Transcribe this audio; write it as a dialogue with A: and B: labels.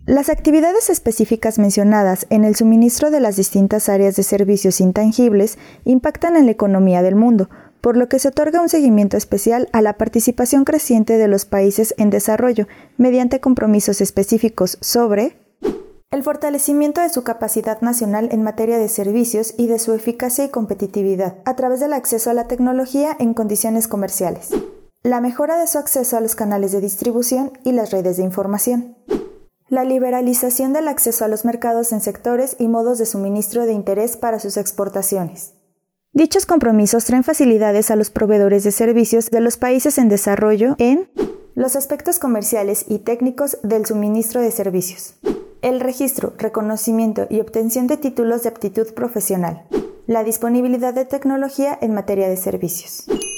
A: Las actividades específicas mencionadas en el suministro de las distintas áreas de servicios intangibles impactan en la economía del mundo, por lo que se otorga un seguimiento especial a la participación creciente de los países en desarrollo, mediante compromisos específicos sobre el fortalecimiento de su capacidad nacional en materia de servicios y de su eficacia y competitividad, a través del acceso a la tecnología en condiciones comerciales, la mejora de su acceso a los canales de distribución y las redes de información, la liberalización del acceso a los mercados en sectores y modos de suministro de interés para sus exportaciones. Dichos compromisos traen facilidades a los proveedores de servicios de los países en desarrollo en los aspectos comerciales y técnicos del suministro de servicios, el registro, reconocimiento y obtención de títulos de aptitud profesional, la disponibilidad de tecnología en materia de servicios.